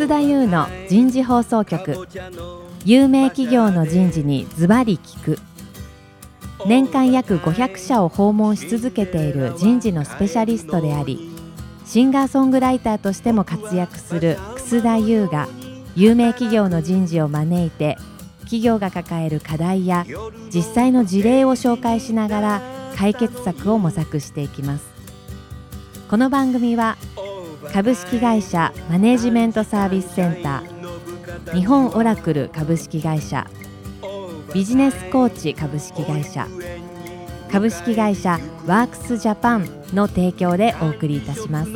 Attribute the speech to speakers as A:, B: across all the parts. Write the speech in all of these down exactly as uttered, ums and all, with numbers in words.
A: 楠田優の人事放送局。有名企業の人事にズバリ聞く。年間約ごひゃくしゃを訪問し続けている人事のスペシャリストであり、シンガーソングライターとしても活躍する楠田優が有名企業の人事を招いて、企業が抱える課題や実際の事例を紹介しながら解決策を模索していきます。この番組は株式会社マネジメントサービスセンター、日本オラクル株式会社、ビジネスコーチ株式会社、株式会社ワークスジャパンの提供でお送りいたします。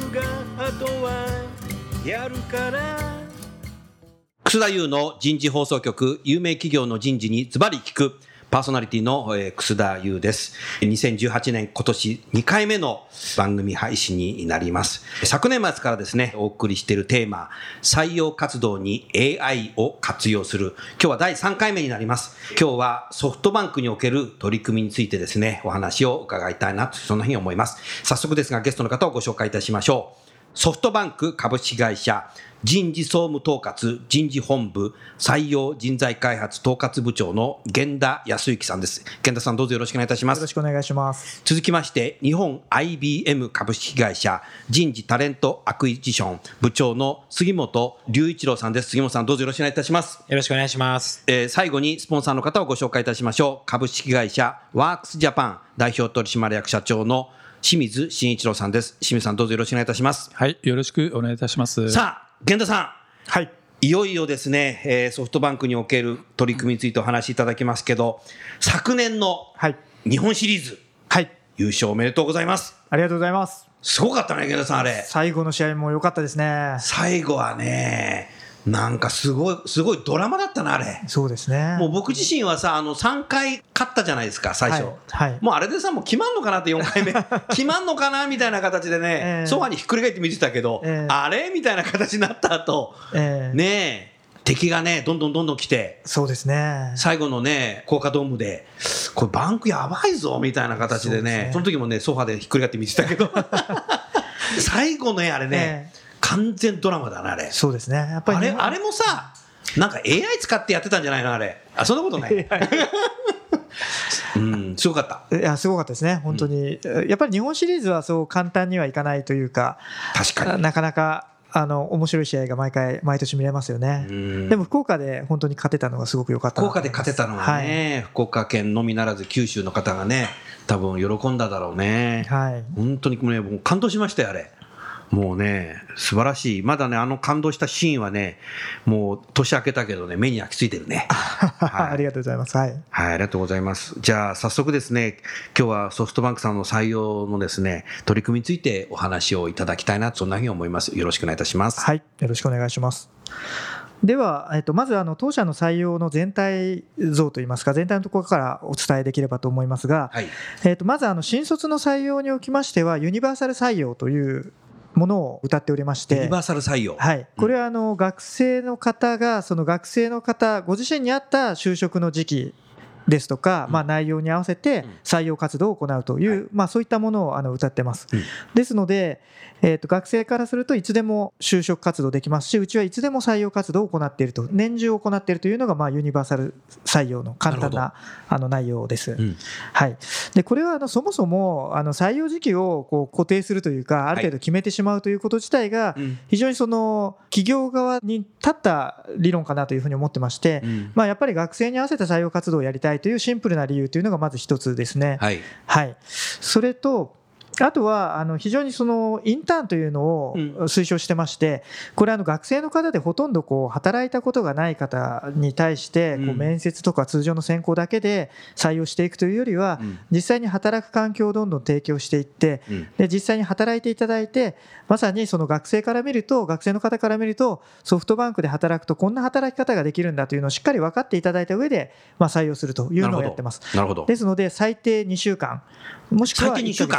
B: 楠田優の人事放送局、有名企業の人事にズバリ聞く。パーソナリティの、えー、楠田優です。にせんじゅうはちねん、今年にかいめの番組配信になります。昨年末からですね、お送りしているテーマ、採用活動に エーアイ を活用する。今日はだいさんかいめになります。今日はソフトバンクにおける取り組みについてですね、お話を伺いたいなと、そんなふうに思います。早速ですが、ゲストの方をご紹介いたしましょう。ソフトバンク株式会社人事総務統括人事本部採用人材開発統括部長の源田康之さんです。源田さん、どうぞよろしくお願いいたします。
C: よろしくお願いします。
B: 続きまして、日本 アイビーエム 株式会社人事タレントアクイジション部長の杉本隆一郎さんです。杉本さん、どうぞよろしくお願いいたします。
D: よろしくお願いします。
B: えー、最後にスポンサーの方をご紹介いたしましょう。株式会社ワークスジャパン代表取締役社長の清水慎一郎さんです。清水さん、どうぞよろしくお願いいたします。
E: はい、よろしくお願いいたします。
B: さあ、源田さん、
C: はい、
B: いよいよですね、えー、ソフトバンクにおける取り組みについてお話しいただきますけど、昨年の日本シリーズ、
C: はい、
B: 優勝おめでとうございます。
C: ありがとうございます。
B: すごかったね、源田さん。あれ
C: 最後の試合も良かったですね。
B: 最後はね、なんかすごいすごいドラマだったな、あれ。
C: そうですね。
B: もう僕自身はさ、あのさんかい勝ったじゃないですか、最初、はいはい、もうあれでさ、もう決まんのかなってよんかいめ決まんのかなみたいな形でね、えー、ソファにひっくり返って見てたけど、えー、あれみたいな形になった後、えー、ねえ、敵がね、どんどんどんどん来て、
C: そうですね、
B: 最後のね、高架ドームで、これバンクやばいぞみたいな形で ね, でね、その時もね、ソファでひっくり返って見てたけど最後ね、あれね、えー完全ドラマだな、あれ。
C: そうですね。やっぱり、ね、
B: あれ、あれもさ、なんか エーアイ 使ってやってたんじゃないの、あれ。あ、そんなことない。うん、すごかった。
C: いや、すごかったですね、本当に。うん、やっぱり日本シリーズはそう簡単にはいかないというか、
B: 確かに。
C: なかなかあの面白い試合が毎回毎年見れますよね。うん、でも福岡で本当に勝てたのがすごく良かったなと思います。
B: 福岡で勝てたのはね、はい、福岡県のみならず九州の方がね、多分喜んだだろうね。はい、本当にね、もう感動しましたよ、あれ。もうね、素晴らしい。まだね、あの感動したシーンはね、もう年明けたけどね、目に焼き付いてるね。
C: はい、ありがとうございます。はい、
B: はい、ありがとうございます。じゃあ早速ですね、今日はソフトバンクさんの採用のですね、取り組みについてお話をいただきたいな、そんなふうに思います。よろしくお願いいたします。
C: はい、よろしくお願いします。では、えっと、まずあの当社の採用の全体像といいますか、全体のところからお伝えできればと思いますが、はい、えっと、まずあの新卒の採用におきましてはユニバーサル採用というものを謳っておりまして、
B: ユニバーサル採用、
C: はい、これはあの学生の方がその学生の方ご自身に合った就職の時期ですとか、まあ、内容に合わせて採用活動を行うという、まあ、そういったものをあの謳ってます。ですので、えーと、学生からするといつでも就職活動できますし、うちはいつでも採用活動を行っていると、年中行っているというのがまあユニバーサル採用の簡単なあの内容です。うん、はい、でこれはあのそもそもあの採用時期をこう固定するというか、ある程度決めてしまうということ自体が非常にその企業側に立った理論かなというふうに思ってまして、うん、まあ、やっぱり学生に合わせた採用活動をやりたいというシンプルな理由というのがまず一つですね。はい、はい、それとあとはあの非常にそのインターンというのを推奨してまして、これはあの学生の方でほとんどこう働いたことがない方に対してこう面接とか通常の選考だけで採用していくというよりは、実際に働く環境をどんどん提供していって、で実際に働いていただいて、まさにその学生から見ると、学生の方から見ると、ソフトバンクで働くとこんな働き方ができるんだというのをしっかり分かっていただいた上でまあ採用するというのをやってます。
B: なるほど。
C: ですので最低にしゅうかん、もしくはいっかげつ、最低にしゅうかん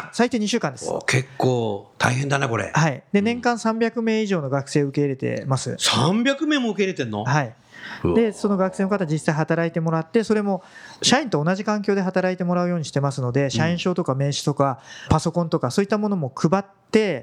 C: にしゅうかんです。
B: お結構大変だねこれ。
C: はい、で
B: うん
C: 年間さんびゃくめい以上の学生を受け入れてます。
B: さんびゃくめいも受け入れてんの？
C: はい、
B: うわ
C: でその学生の方実際働いてもらって、それも社員と同じ環境で働いてもらうようにしてますので、社員証とか名刺とかパソコンとかそういったものも配って、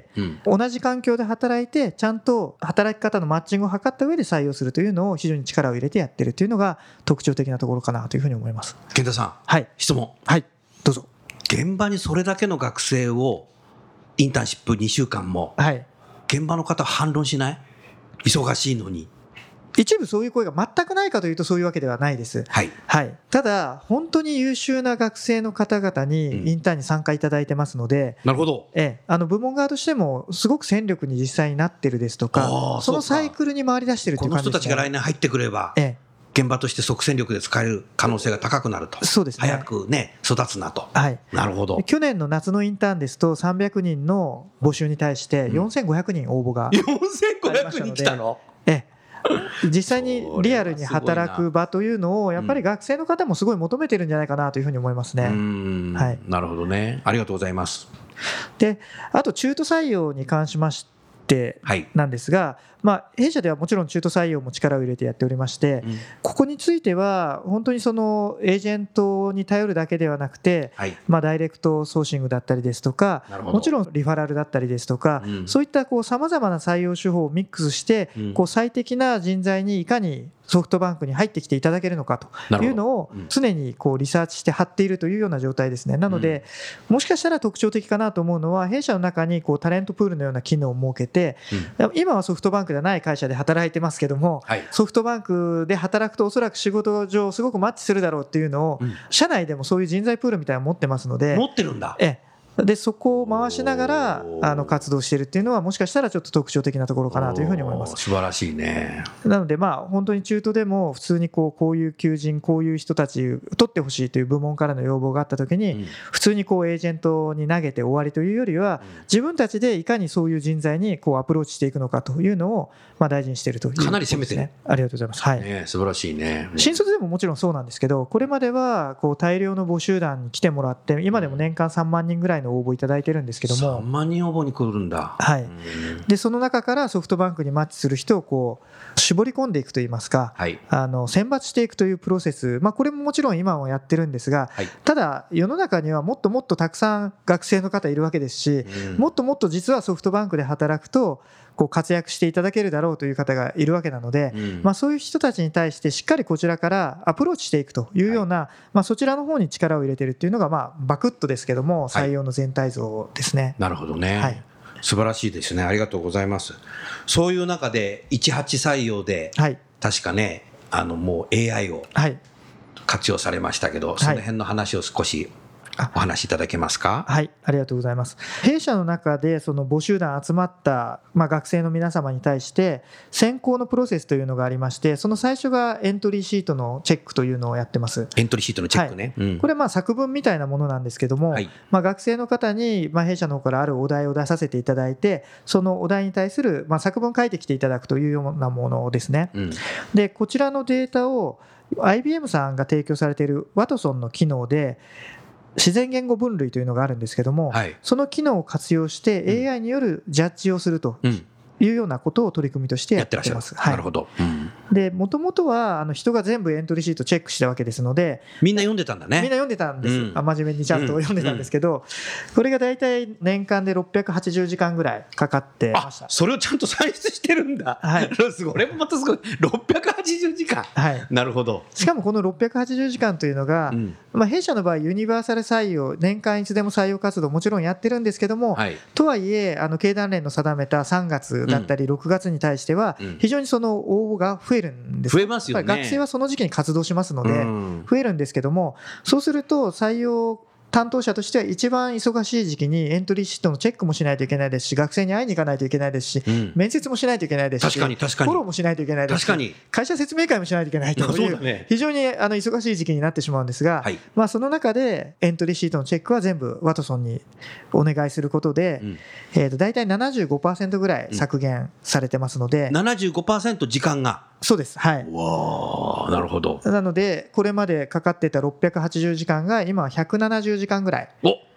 B: うん
C: 同じ環境で働いてちゃんと働き方のマッチングを図った上で採用するというのを非常に力を入れてやってるというのが特徴的なところかなというふうに思います。
B: 健太さん、
C: はい
B: 質問。
C: はい、どうぞ。
B: 現場にそれだけの学生をインターンシップにしゅうかんも、
C: はい、
B: 現場の方は反論しない？忙しいのに。
C: 一部そういう声が全くないかというとそういうわけではないです。
B: はい。
C: はい、ただ本当に優秀な学生の方々にインターンに参加いただいてますので、
B: なるほど。
C: ええ、あの部門側としてもすごく戦力に実際になってるですと
B: あ
C: か、
B: ー
C: その
B: そうか
C: サイクルに回り出してると
B: この人たち
C: いう感じですね。
B: が来年入ってくれば、
C: ええ、
B: 現場として即戦力で使える可能性が高くなると。
C: そうですね。
B: 早くね、育つなと。
C: はい、
B: なるほど。
C: 去年の夏のインターンですとさんびゃくにんの募集に対してよんせんごひゃくにん応募が、
B: よんせんごひゃくにん来たの？
C: ええ、実際にリアルに働く場というのをやっぱり学生の方もすごい求めてるんじゃないかなというふうに思いますね。
B: うーん、
C: はい、
B: なるほどね。ありがとうございます。
C: であと中途採用に関しまして
B: はい。
C: なんですが、まあ、弊社ではもちろん中途採用も力を入れてやっておりまして、
B: うん
C: ここについては本当にそのエージェントに頼るだけではなくて、
B: はい。
C: まあ、ダイレクトソーシングだったりですとか、
B: なるほど
C: もちろんリファラルだったりですとか、
B: うん
C: そういったさまざまな採用手法をミックスして、
B: うん
C: こう最適な人材にいかにソフトバンクに入ってきていただけるのかというのを
B: うん
C: 常にこうリサーチして貼っているというような状態ですね。なので、もしかしたら特徴的かなと思うのは、弊社の中にこうタレントプールのような機能を設けて、今はソフトバンクではない会社で働いてますけども、
B: はい。
C: ソフトバンクで働くとおそらく仕事上すごくマッチするだろうっていうのを、
B: うん
C: 社内でもそういう人材プールみたいなのを持ってますので、
B: 持ってるんだ。
C: ええ、でそこを回しながら
B: おー
C: あの活動しているっていうのはもしかしたらちょっと特徴的なところかなというふうに思います。
B: おー素晴らしいね。
C: なのでまあ本当に中途でも普通にこうこういう求人こういう人たち取ってほしいという部門からの要望があった時に、
B: うん
C: 普通にこうエージェントに投げて終わりというよりは、自分たちでいかにそういう人材にこうアプローチしていくのかというのをまあ大事にしているということですね。
B: かなり攻めてる。
C: ありがとうございます。はい。
B: ね、素晴らしいね。
C: 新卒でももちろんそうなんですけど、これまではこう大量の募集団に来てもらって、今でも年間さんまんにんぐらいの応募いただいてるんですけども、
B: さんまんにん応募に来るんだ。
C: はい
B: うん
C: でその中からソフトバンクにマッチする人をこう絞り込んでいくといいますか、
B: はい。
C: あの選抜していくというプロセス、まあ、これももちろん今もやってるんですが、
B: はい。
C: ただ世の中にはもっともっとたくさん学生の方いるわけですし、
B: うん
C: もっともっと実はソフトバンクで働くとこう活躍していただけるだろうという方がいるわけなので、
B: うん
C: まあ、そういう人たちに対してしっかりこちらからアプローチしていくというような、まあ、そちらの方に力を入れているっていうのが、まあ、バクッとですけども採用の全体像ですね。
B: なるほどね。
C: はい
B: 素晴らしいですね。ありがとうございます。そういう中でじゅうはち採用で
C: はい
B: 確かね、あのもう エーアイ を
C: はい
B: 活用されましたけど、その辺の話を少しお話しいただけますか？
C: はい、ありがとうございます。弊社の中でその募集団集まった、まあ、学生の皆様に対して選考のプロセスというのがありまして、その最初がエントリーシートのチェックというのをやってます。
B: エントリーシートのチェックね。うん
C: これまあ作文みたいなものなんですけども、
B: はい
C: まあ、学生の方にまあ弊社の方からあるお題を出させていただいて、そのお題に対するまあ作文書いてきていただくというようなものですね。
B: うん
C: でこちらのデータを アイビーエム さんが提供されているワトソンの機能で自然言語分類というのがあるんですけども、
B: はい。
C: その機能を活用して エーアイ によるジャッジをすると
B: うん
C: いうようなことを取り組みとしてやっ
B: やっててらっしゃる
C: ます。。はい
B: なるほど。うん
C: でもともとはあの人が全部エントリーシートチェックしたわけですので、
B: みんな読んでたんだね。
C: みんな読んでたんです、
B: うん
C: あ真面目にちゃんと読んでたんですけど、これが大体年間でろっぴゃくはちじゅうじかんぐらいかかってま
B: あ
C: した。
B: それをちゃんと算出してるんだ。
C: はい
B: すごい。これもまたすごい。ろっぴゃくはちじゅうじかん。
C: はい、
B: なるほど。
C: しかもこのろっぴゃくはちじゅうじかんというのが、
B: うん
C: まあ、弊社の場合ユニバーサル採用年間いつでも採用活動もちろんやってるんですけども、
B: はい。
C: とはいえあの経団連の定めたさんがつだったりろくがつに対しては
B: うん
C: 非常にその応募が増えるんです。
B: 増えますよね。
C: やっぱり学生はその時期に活動しますので
B: うん
C: 増えるんですけども、そうすると採用担当者としては一番忙しい時期にエントリーシートのチェックもしないといけないですし、学生に会いに行かないといけないですし、
B: うん
C: 面接もしないといけないですし、
B: 確かに確かに
C: フォローもしないといけないですし、
B: 確かに。
C: 会社説明会もしないといけないと
B: そう
C: いう
B: だね。
C: 非常にあの忙しい時期になってしまうんですが、
B: はい。
C: まあ、その中でエントリーシートのチェックは全部ワトソンにお願いすることで、
B: うん
C: えーと大体 ななじゅうごパーセント ぐらい削減されてますので、
B: ななじゅうごパーセント 時間が。
C: そうです、はい、
B: わあ、なるほど。
C: なのでこれまでかかっていたろっぴゃくはちじゅうじかんが今はひゃくななじゅうじかんぐらい
B: お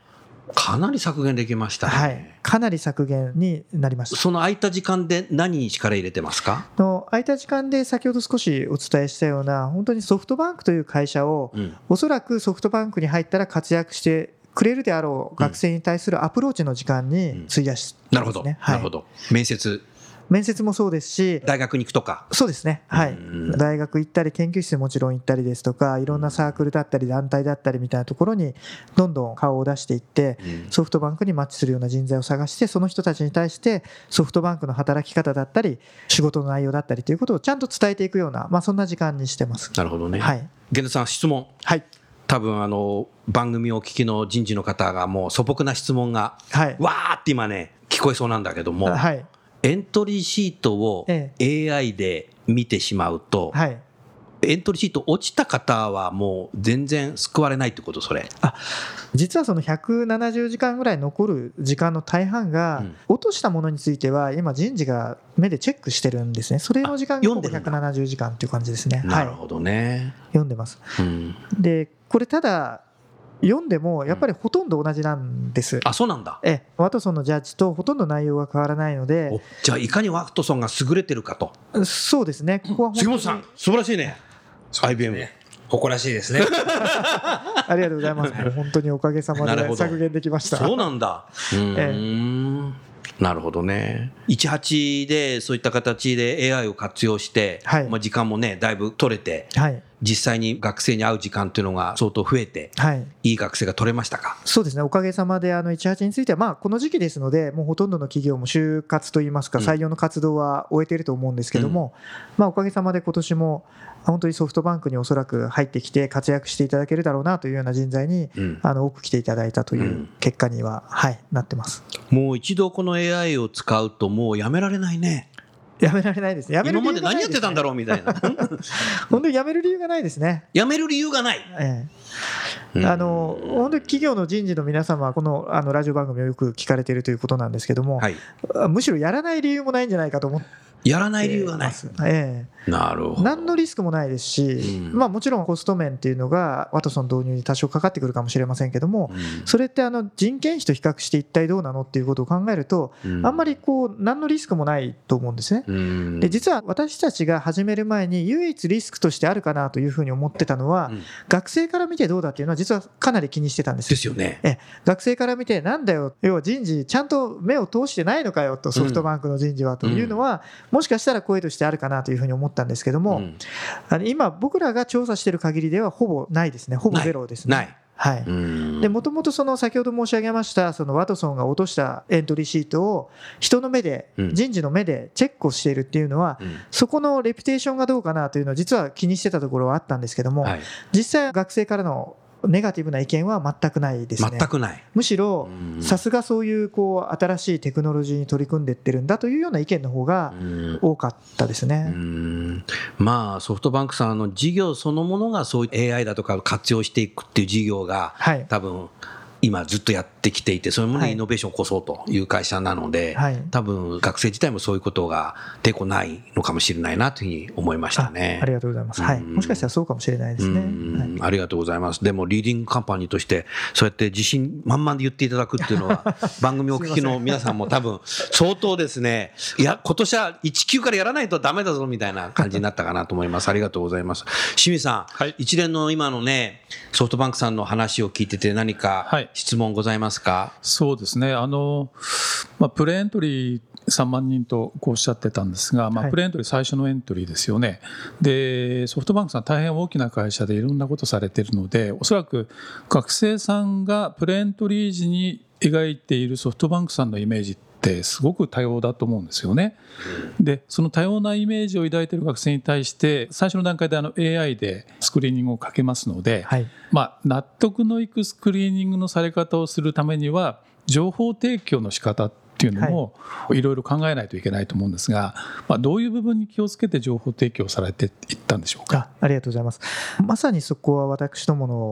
B: かなり削減できましたね。
C: はい、かなり削減になりました。
B: その空いた時間で何に力入れてますか？
C: の空いた時間で先ほど少しお伝えしたような本当にソフトバンクという会社を、うん、おそらくソフトバンクに入ったら活躍してくれるであろう学生に対するアプローチの時間に費やしてますね。
B: なるほど、面接
C: 面接もそうですし、
B: 大学に行くとか。
C: そうですね、はい、大学行ったり研究室もちろん行ったりですとか、いろんなサークルだったり団体だったりみたいなところにどんどん顔を出していって、ソフトバンクにマッチするような人材を探して、その人たちに対してソフトバンクの働き方だったり仕事の内容だったりということをちゃんと伝えていくような、まあ、そんな時間にしてます。
B: なるほどね。
C: はい、
B: 源田さん、質問。
C: はい、
B: 多分あの番組をお聞きの人事の方がもう素朴な質問が、
C: はい、
B: わーって今ね聞こえそうなんだけども、はい、エントリーシートを エーアイ で見てしまうと、はい、エントリーシート落ちた方はもう全然救われないってこと？それ
C: あ実はそのひゃくななじゅうじかんぐらい残る時間の大半が、うん、落としたものについては今人事が目でチェックしてるんですね。それの時間がほぼひゃくななじゅうじかんっていう感じですね。
B: なるほどね、
C: はい、読んでます、うん、でこれただ読んでもやっぱりほとんど同じなんです、うん、
B: あそうなんだ。
C: えワトソンのジャッジとほとんど内容が変わらないので、
B: じゃあいかにワトソンが優れてるかと。
C: そうですね。ここは
B: 杉本さん素晴らしいね。アイビーエム ね、
D: 誇らしいですね
C: ありがとうございます。もう本当におかげさまで削減できました。
B: そうなんだ。うーん、えなるほどね。じゅうはちでそういった形で エーアイ を活用して、はい、まあ、時間もねだいぶ取れて、はい、実際に学生に会う時間っていうのが相当増えて、はい、いい学生が取れましたか？そうですね、おかげさまであのじゅうはちについては、まあ、この時期ですのでもうほとんどの企業も就活といいますか採用の活動は終えていると思うんですけども、うんまあ、おかげさまで今年も本当にソフトバンクにおそらく入ってきて活躍していただけるだろうなというような人材に、うん、あの多く来ていただいたという結果には、はい、なってます。もう一度この エーアイ を使うともうやめられないね。やめられないですね。やめる理由がないですね。今まで何やってたんだろうみたいな本当にやめる理由がないですね。やめる理由がない、ええ、あの本当に企業の人事の皆様はこの、あのラジオ番組をよく聞かれているということなんですけども、はい、むしろやらない理由もないんじゃないかと思ってやらない理由がない、ええ、なるほど。何のリスクもないですし、うんまあ、もちろんコスト面っていうのがワトソン導入に多少かかってくるかもしれませんけども、うん、それってあの人件費と比較して一体どうなのっていうことを考えると、うん、あんまりこう何のリスクもないと思うんですね、うん、で実は私たちが始める前に唯一リスクとしてあるかなというふうに思ってたのは、うん、学生から見てどうだっていうのは実はかなり気にしてたんですですよね。え学生から見てなんだよ、要は人事ちゃんと目を通してないのかよと、ソフトバンクの人事はというのは、うん、もしかしたら声としてあるかなというふうに思ったんですけども、うん、あの今僕らが調査している限りではほぼないですね。ほぼゼロですね。ない、はい、でもともとその先ほど申し上げましたそのワトソンが落としたエントリーシートを人の目で、うん、人事の目でチェックをしているっていうのは、うん、そこのレピュテーションがどうかなというのは実は気にしてたところはあったんですけども、はい、実際学生からのネガティブな意見は全くないですね。全くない。むしろさすがそういうこう新しいテクノロジーに取り組んでいってるんだというような意見の方が多かったですね。うん、まあソフトバンクさんの事業そのものがそういう エーアイ だとかを活用していくっていう事業が、はい、多分今ずっとやってきていて、そういうものにイノベーションを起こそうという会社なので、はい、多分学生自体もそういうことが抵抗ないのかもしれないなというふうに思いましたね。 あ, ありがとうございます、はい、もしかしたらそうかもしれないですね、はい、ありがとうございます。でもリーディングカンパニーとしてそうやって自信満々で言っていただくっていうのは番組お聞きの皆さんも多分相当ですね、いや今年はいち級からやらないとダメだぞみたいな感じになったかなと思います。ありがとうございます。清水さん、はい、一連の今のねソフトバンクさんの話を聞いてて何か、はい、質問ございますか？そうですね、あの、まあ、プレエントリーさんまんにんとこうおっしゃってたんですが、まあ、プレエントリー最初のエントリーですよね。でソフトバンクさん大変大きな会社でいろんなことされているので、おそらく学生さんがプレエントリー時に描いているソフトバンクさんのイメージってすごく多様だと思うんですよね。でその多様なイメージを抱いている学生に対して最初の段階であの エーアイ でスクリーニングをかけますので、はい、まあ、納得のいくスクリーニングのされ方をするためには情報提供の仕方っていうのもいろいろ考えないといけないと思うんですが、まあ、どういう部分に気をつけて情報提供されていったんでしょうか？ あ, ありがとうございます。まさにそこは私どもの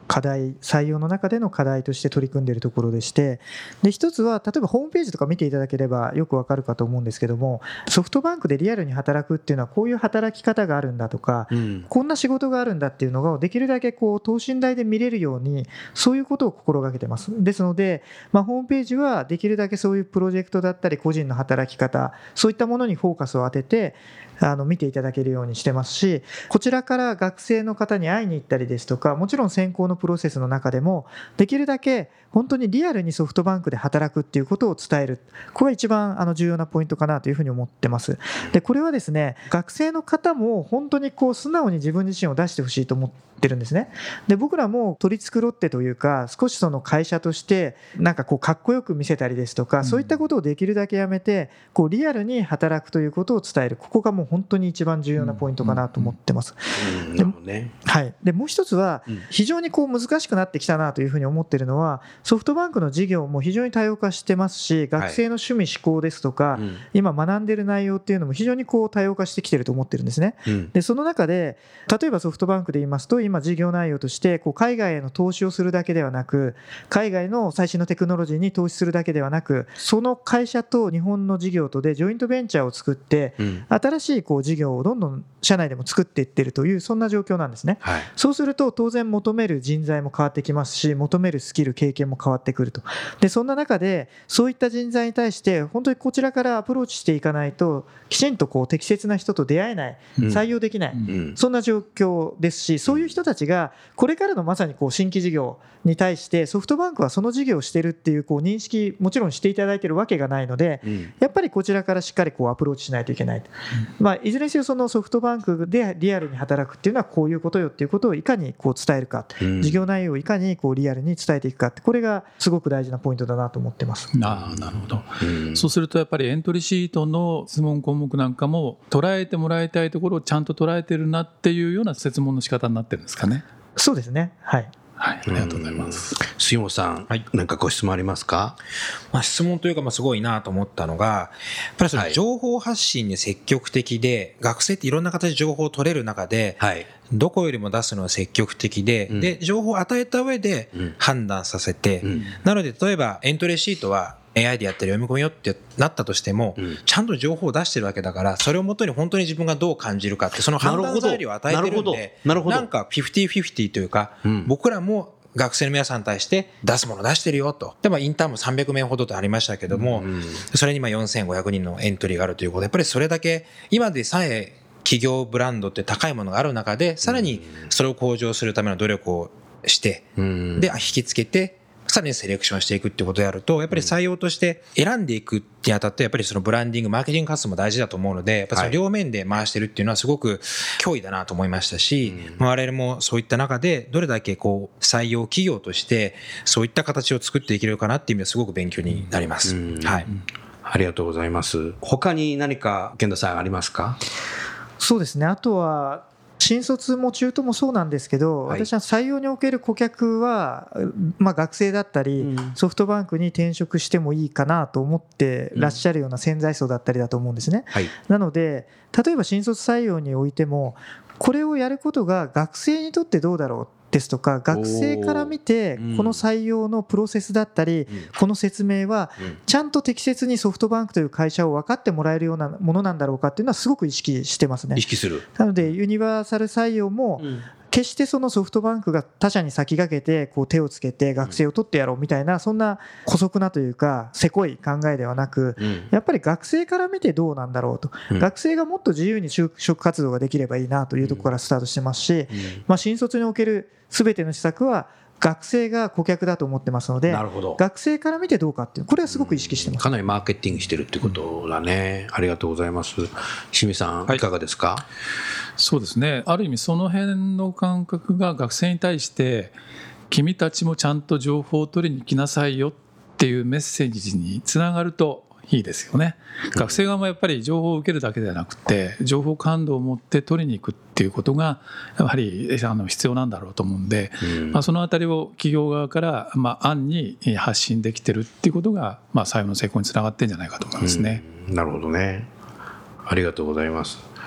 C: 課題、採用の中での課題として取り組んでいるところでして、で一つは例えばホームページとか見ていただければよくわかるかと思うんですけども、ソフトバンクでリアルに働くっていうのはこういう働き方があるんだとか、うん、こんな仕事があるんだっていうのができるだけこう等身大で見れるように、そういうことを心がけてます。ですので、まあ、ホームページはできるだけそういうプロジェクトだったり個人の働き方、そういったものにフォーカスを当ててあの見ていただけるようにしてますし、こちらから学生の方に会いに行ったりですとか、もちろん選考のプロセスの中でもできるだけ本当にリアルにソフトバンクで働くっていうことを伝える、これが一番あの重要なポイントかなというふうに思ってます。でこれはですね、学生の方も本当にこう素直に自分自身を出してほしいと思ってるんですね。で僕らも取り繕ってというか、少しその会社としてなんかこうかっこよく見せたりですとか、そういったことをできるだけやめて、こうリアルに働くということを伝える、ここがもう本当に一番重要なポイントかなと思ってます。で、はい、でもう一つは非常にこう難しくなってきたなというふうに思っているのは、ソフトバンクの事業も非常に多様化してますし、学生の趣味嗜好ですとか、はい、今学んでいる内容っていうのも非常にこう多様化してきていると思ってるんですね。うん、でその中で例えばソフトバンクで言いますと、今事業内容としてこう海外への投資をするだけではなく、海外の最新のテクノロジーに投資するだけではなく、その会社と日本の事業とでジョイントベンチャーを作って、うん、新しいこう事業をどんどん社内でも作っていっているという、そんな状況なんですね。はい、そうすると当然求める人材も変わってきますし、求めるスキル経験も変わってくると。でそんな中でそういった人材に対して本当にこちらからアプローチしていかないと、きちんとこう適切な人と出会えない、採用できない、うん、そんな状況ですし、そういう人たちがこれからのまさにこう新規事業に対してソフトバンクはその事業をしているっていうこう認識、もちろんしていただいているわけがないので、うん、やっぱりこちらからしっかりこうアプローチしないといけない、うん、まあ、いずれにせよそのソフトバンクでリアルに働くっていうのはこういうことよっていうことをいかにこう伝えるか、うん、事業内容をいかにこうリアルに伝えていくかって、これがすごく大事なポイントだなと思ってます。
E: ああ、なるほど、うん、そうするとやっぱりエントリーシートの質問項目なんかも捉えてもらいたいところをちゃんと捉えてるなっていうような設問の仕方になってるんですかね。
C: そうですね、はい、
E: はい、ありがとうございます。
B: 杉本さん、はい、何かご質問ありますか？
D: まあ、質問というか、まあすごいなと思ったのが、やっぱりその情報発信に積極的で、学生っていろんな形で情報を取れる中で、はい、どこよりも出すのは積極的で、うん、で情報を与えた上で判断させて、うん、なので例えばエントリーシートはエーアイ でやってる読み込みよってなったとしても、うん、ちゃんと情報を出してるわけだから、それをもとに本当に自分がどう感じるかって、その判断材料を与えてるんで、なんかフィフティーフィフティーというか、うん、僕らも学生の皆さんに対して出すもの出してるよと。でもインターンもさんびゃくめいほどとありましたけども、うん、それに今よんせんごひゃくにんのエントリーがあるということで、やっぱりそれだけ今でさえ企業ブランドって高いものがある中で、さらにそれを向上するための努力をして、うん、で引きつけてさらにセレクションしていくってことであると、やっぱり採用として選んでいくにあたって、やっぱりそのブランディング、マーケティング活動も大事だと思うので、やっぱりその両面で回してるっていうのはすごく脅威だなと思いましたし、うん、我々もそういった中でどれだけこう採用企業としてそういった形を作っていけるかなっていう意味ですごく勉強になります。うん、はい。
B: ありがとうございます。他に何か健太さんありますか？
C: そうですね。あとは新卒も中途もそうなんですけど、はい、私は採用における顧客は、まあ、学生だったり、うん、ソフトバンクに転職してもいいかなと思ってらっしゃるような潜在層だったりだと思うんですね。はい、なので例えば新卒採用においても、これをやることが学生にとってどうだろうですとか、学生から見てこの採用のプロセスだったり、この説明はちゃんと適切にソフトバンクという会社を分かってもらえるようなものなんだろうかっていうのはすごく意識してますね。
B: 意識する。
C: なのでユニバーサル採用も決してそのソフトバンクが他社に先駆けてこう手をつけて学生を取ってやろうみたいな、そんな姑息なというかせこい考えではなく、やっぱり学生から見てどうなんだろうと、学生がもっと自由に就職活動ができればいいなというところからスタートしてますし、まあ新卒における全ての施策は学生が顧客だと思ってますので、学生から見てどうかっていう、これはすごく意識してます。
B: かなりマーケティングしてるってことだね。ありがとうございます。清水さん、いかがですか？はい、
E: そうですね、ある意味その辺の感覚が学生に対して、君たちもちゃんと情報を取りに来なさいよっていうメッセージにつながるといいですよね。学生側もやっぱり情報を受けるだけではなくて、情報感度を持って取りに行くっていうことがやはりあの必要なんだろうと思うんで、うん、まあ、そのあたりを企業側からまあ案に発信できてるっていうことが、まあ採用の成功につながってるんじゃないかと思いますね。
B: うん、なるほどね。ありがとうございます。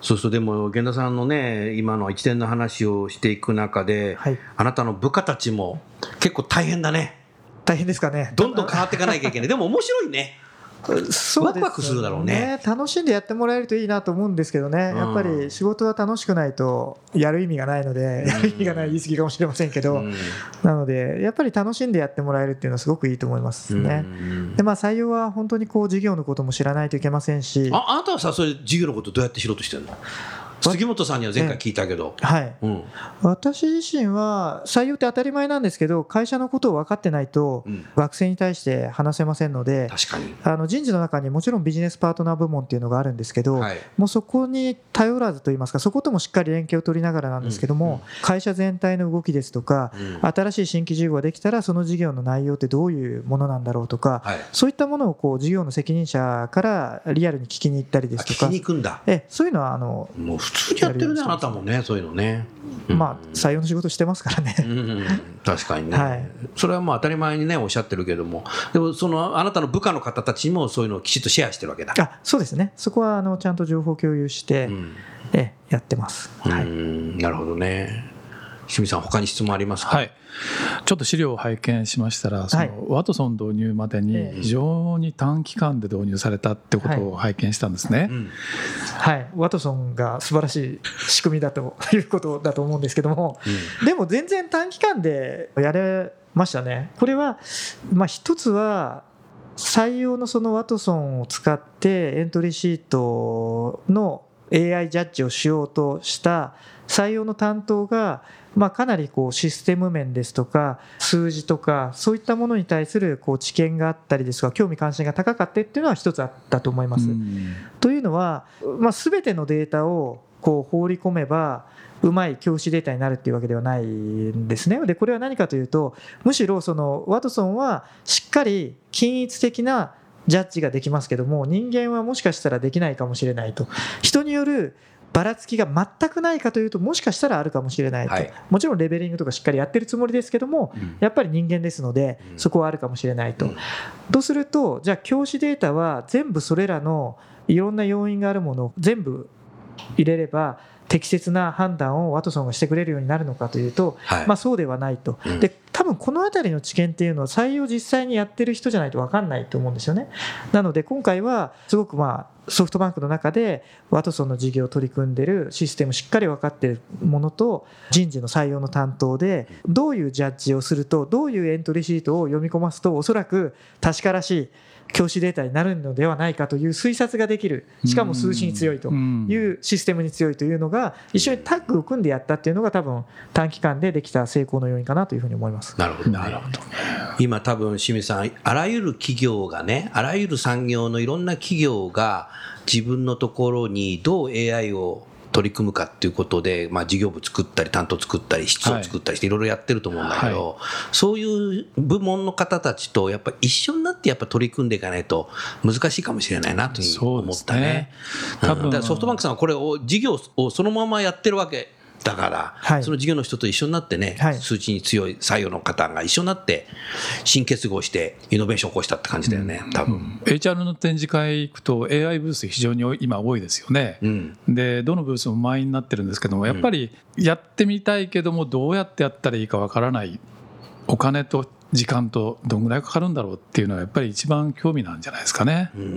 B: そうそう、でも源田さんのね今の一連の話をしていく中で、
C: はい、
B: あなたの部下たちも結構大変だね。
C: 大変ですかね。
B: どんどん変わっていかなきゃいけないでも面白いね。
C: そうですね、
B: ワクワクするだろうね。
C: 楽しんでやってもらえるといいなと思うんですけどね、やっぱり仕事は楽しくないとやる意味がないので、やる意味がない言い過ぎかもしれませんけど、なのでやっぱり楽しんでやってもらえるっていうのはすごくいいと思いますね。で、まあ、採用は本当にこう事業のことも知らないといけませんし。
B: あ, あなたはさ、それ事業のことどうやって知ろうとしてるの？杉本さんには前回聞いたけど、
C: はい、うん、私自身は採用って当たり前なんですけど、会社のことを分かってないと学生に対して話せませんので、
B: 確かに
C: あの人事の中にもちろんビジネスパートナー部門っていうのがあるんですけど、はい、もうそこに頼らずといいますか、そこともしっかり連携を取りながらなんですけども、うんうん、会社全体の動きですとか、うん、新しい新規事業ができたらその事業の内容ってどういうものなんだろうとか、はい、そういったものをこう事業の責任者からリアルに聞きに行ったりですとか、
B: 聞きに行くんだ。
C: えそういうのはあの
B: もう普通にやってるね、あなたもね、そういうのね、うん、
C: まあ採用の仕事してますからね、
B: うんうん、確かにね、はい、それはもう当たり前にねおっしゃってるけども、でもそのあなたの部下の方たちにもそういうのをきちっとシェアしてるわけだ。
C: あ、そうですね、そこはあのちゃんと情報共有して、うん、えやってます、はい、うん、
B: なるほどね。清水さん、他に質問ありますか？
E: はい、ちょっと資料を拝見しましたら、そのワトソン導入までに非常に短期間で導入されたってことを拝見したんですね。
C: はい、はい、ワトソンが素晴らしい仕組みだということだと思うんですけども、うん、でも全然短期間でやれましたね。これは、まあ、一つは採用のそのワトソンを使ってエントリーシートの エーアイ ジャッジをしようとした採用の担当が、まあ、かなりこうシステム面ですとか数字とかそういったものに対するこう知見があったりですとか興味関心が高かったっていうのは一つあったと思います。というのは、まあ、全てのデータをこう放り込めばうまい教師データになるっていうわけではないんですね。でこれは何かというと、むしろそのワトソンはしっかり均一的なジャッジができますけども、人間はもしかしたらできないかもしれないと。人によるばらつきが全くないかというと、もしかしたらあるかもしれないと、はい、もちろんレベリングとかしっかりやってるつもりですけども、うん、やっぱり人間ですので、うん、そこはあるかもしれないと、うん、とすると、じゃあ教師データは全部それらのいろんな要因があるものを全部入れれば適切な判断をワトソンがしてくれるようになるのかというと、はい、まあ、そうではないと。で多分このあたりの知見っていうのは採用実際にやってる人じゃないと分かんないと思うんですよね。なので今回はすごくまあソフトバンクの中でワトソンの事業を取り組んでるシステムしっかり分かってるものと、人事の採用の担当でどういうジャッジをすると、どういうエントリーシートを読み込ますとおそらく確からしい教師データになるのではないかという推察ができる、しかも数字に強いというシステムに強いというのが一緒にタッグを組んでやったっていうのが多分短期間でできた成功の要因かなというふうに思います。
B: なるほど、ね、なるほど。今多分清水さん、あらゆる企業がね、あらゆる産業のいろんな企業が自分のところにどう エーアイ を取り組むかっていうことで、まあ、事業部作ったり担当作ったり室を作ったりしていろいろやってると思うんだけど、はい、そういう部門の方たちとやっぱ一緒になってやっぱ取り組んでいかないと難しいかもしれないなというふうに思ったね。多分、うん、だからソフトバンクさんはこれを事業をそのままやってるわけだから、はい、その事業の人と一緒になってね、はい、数値に強い採用の方が一緒になって新結合してイノベーションを起こしたって感じだよね、うん、多分、うん、
E: エイチアール の展示会行くと エーアイ ブース非常に今多いですよね、うん、でどのブースも満員になってるんですけども、やっぱりやってみたいけどもどうやってやったらいいかわからない、お金と時間とどんぐらいかかるんだろうっていうのはやっぱり一番興味なんじゃないですかね。
B: うん、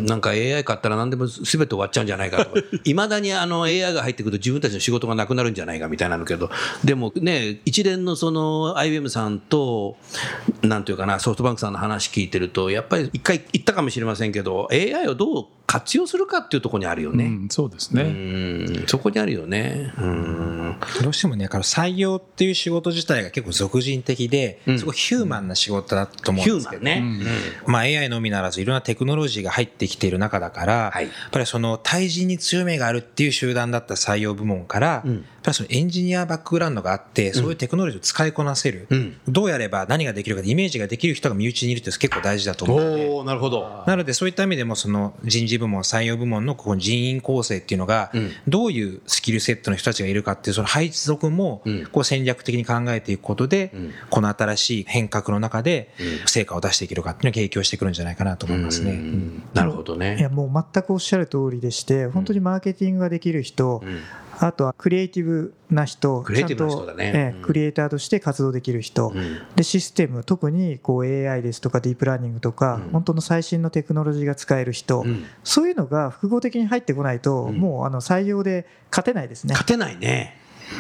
B: なんか エーアイ 買ったら何でも全て終わっちゃうんじゃないかとかいまだにあの エーアイ が入ってくると自分たちの仕事がなくなるんじゃないかみたいなのけど、でもね、一連のその アイビーエム さんとなんていうかな、ソフトバンクさんの話聞いてるとやっぱり一回言ったかもしれませんけど エーアイ をどう活用するかっていうところにあるよね、うん、
E: そうですね、うん、
B: そこにあるよね、うん、
D: どうしてもね、採用っていう仕事自体が結構俗人的で、うん、すごいヒューマンな仕事だと思うんですけど、ね、うん、まあ、エーアイ のみならずいろんなテクノロジーが入ってきている中だから、はい、やっぱりその対人に強みがあるっていう集団だった採用部門から、うん、やっぱりそのエンジニアバックグラウンドがあってそういうテクノロジーを使いこなせる、うん、どうやれば何ができるかイメージができる人が身内にいるって結構大事だと思うので、
B: おー、なるほど。
D: なのでそういった意味でもその人事部門採用部門のここ人員構成っていうのがどういうスキルセットの人たちがいるかっていうその配属もこう戦略的に考えていくことで、うん、この新しい変革の中で成果を出していけるかっていうのが影響してくるんじゃないかなと思いますね。うんうん、
B: なるほどね。
C: いやもう全くおっしゃる通りでして、本当にマーケティングができる人、うん、あとはクリエイティブな人、
B: クリエイティブな人だね、
C: ちゃんと、えー、クリエイターとして活動できる人、うん、でシステム、特にこう エーアイ ですとかディープラーニングとか、うん、本当の最新のテクノロジーが使える人、うん、そういうのが複合的に入ってこないと、うん、もうあの採用で勝てないですね。
B: 勝てないね。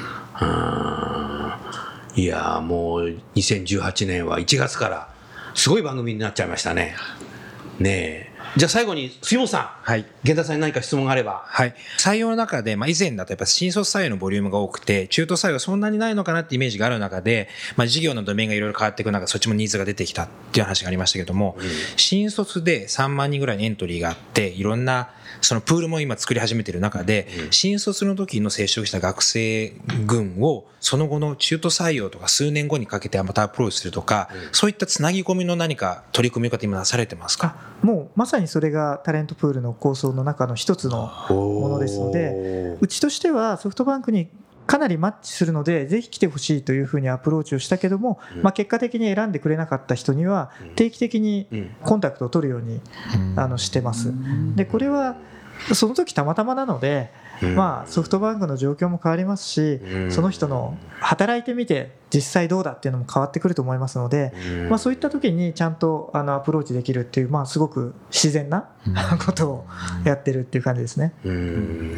B: いやもうにせんじゅうはちねんはいちがつからすごい番組になっちゃいましたね。ねえ、じゃあ最後に杉本さん、はい、源田さんに何か質問があれば。
D: はい、採用の中で、まあ、以前だとやっぱ新卒採用のボリュームが多くて中途採用そんなにないのかなってイメージがある中で、まあ、事業のドメインがいろいろ変わっていく中そっちもニーズが出てきたっていう話がありましたけども、うん、新卒でさんまんにんぐらいのエントリーがあっていろんなそのプールも今作り始めている中で、うん、新卒の時の接触した学生群をその後の中途採用とか数年後にかけてまたアプローチするとか、うん、そういったつなぎ込みの何か取り組み方今なされてますか？
C: もうまさにそれがタレントプールの構想の中の一つのものですので、うちとしてはソフトバンクにかなりマッチするのでぜひ来てほしいというふうにアプローチをしたけども、まあ、結果的に選んでくれなかった人には定期的にコンタクトを取るようにあのしてます。でこれはその時たまたまなので、まあ、ソフトバンクの状況も変わりますし、その人の働いてみて実際どうだっていうのも変わってくると思いますので、まあ、そういった時にちゃんとあのアプローチできるっていう、まあ、すごく自然なことをやってるっていう感じですね。
D: うん、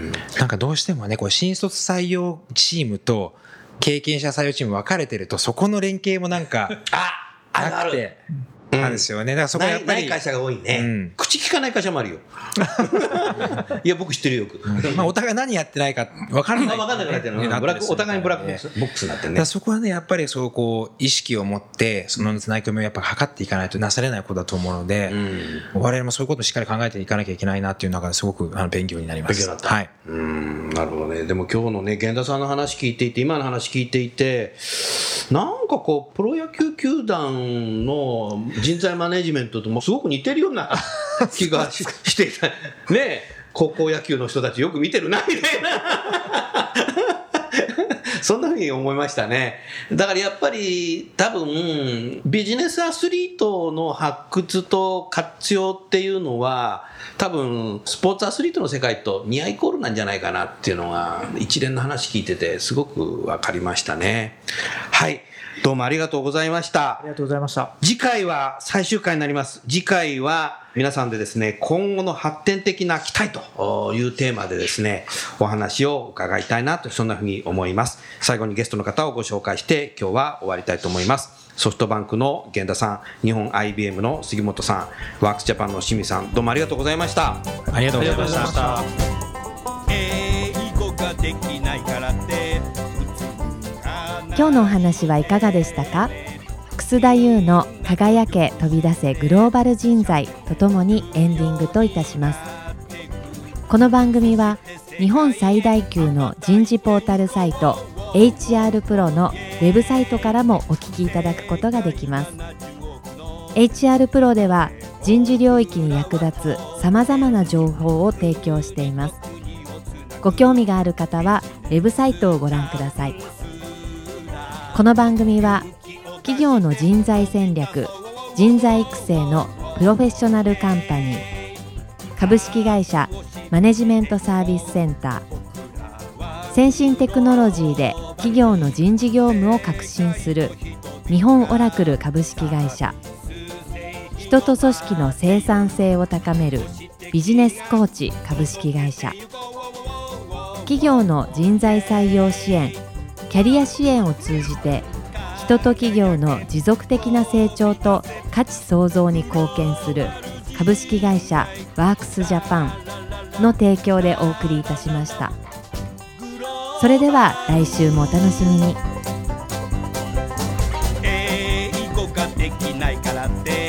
D: なんかどうしてもねこう新卒採用チームと経験者採用チーム分かれてるとそこの連携もなんか
B: あ
D: なくてなんですよね。だからそこはやっぱり
B: ない会社が多いね、うん、口聞かない会社もあるよいや僕知ってるよく、
D: まあ、お互い何やってないか分からない、ね、
B: 分かんなくなってるの、ね、ブラックお互いにブラックボックス、ボックスになってるね。
D: そこはねやっぱりそうこう意識を持ってそのつなぎ込みをやっぱ測っていかないとなされないことだと思うので、うん、我々もそういうことをしっかり考えていかなきゃいけないなっていう中ですごくあの勉強になります。
B: 勉強になった、はい、うーんなるほどね。でも今日のね源田さんの話聞いていて今の話聞いていてなんかこうプロ野球球団の人材マネジメントともすごく似てるような気がしていたねえ高校野球の人たちよく見てるなみたいなそんな風に思いましたね。だからやっぱり多分ビジネスアスリートの発掘と活用っていうのは多分スポーツアスリートの世界とニアイコールなんじゃないかなっていうのが一連の話聞いててすごく分かりましたね。はい、どうもありがとうございました。
C: ありがとうございました。
B: 次回は最終回になります。次回は皆さんでですね今後の発展的な期待というテーマでですねお話を伺いたいなとそんなふうに思います。最後にゲストの方をご紹介して今日は終わりたいと思います。ソフトバンクの源田さん、日本 アイビーエム の杉本さん、ワークスジャパンの清水さん、どうもありがとうございました。
D: ありがとうございました。
A: 今日のお話はいかがでしたか？楠田優の輝け飛び出せグローバル人材とともにエンディングといたします。この番組は日本最大級の人事ポータルサイト エイチアール プロのウェブサイトからもお聞きいただくことができます。 エイチアール プロでは人事領域に役立つさまざまな情報を提供しています。ご興味がある方はウェブサイトをご覧ください。この番組は企業の人材戦略、人材育成のプロフェッショナルカンパニー、株式会社マネジメントサービスセンター、先進テクノロジーで企業の人事業務を革新する日本オラクル株式会社、人と組織の生産性を高めるビジネスコーチ株式会社、企業の人材採用支援、キャリア支援を通じて人と企業の持続的な成長と価値創造に貢献する株式会社ワークスジャパンの提供でお送りいたしました。それでは来週もお楽しみに。英語ができないからって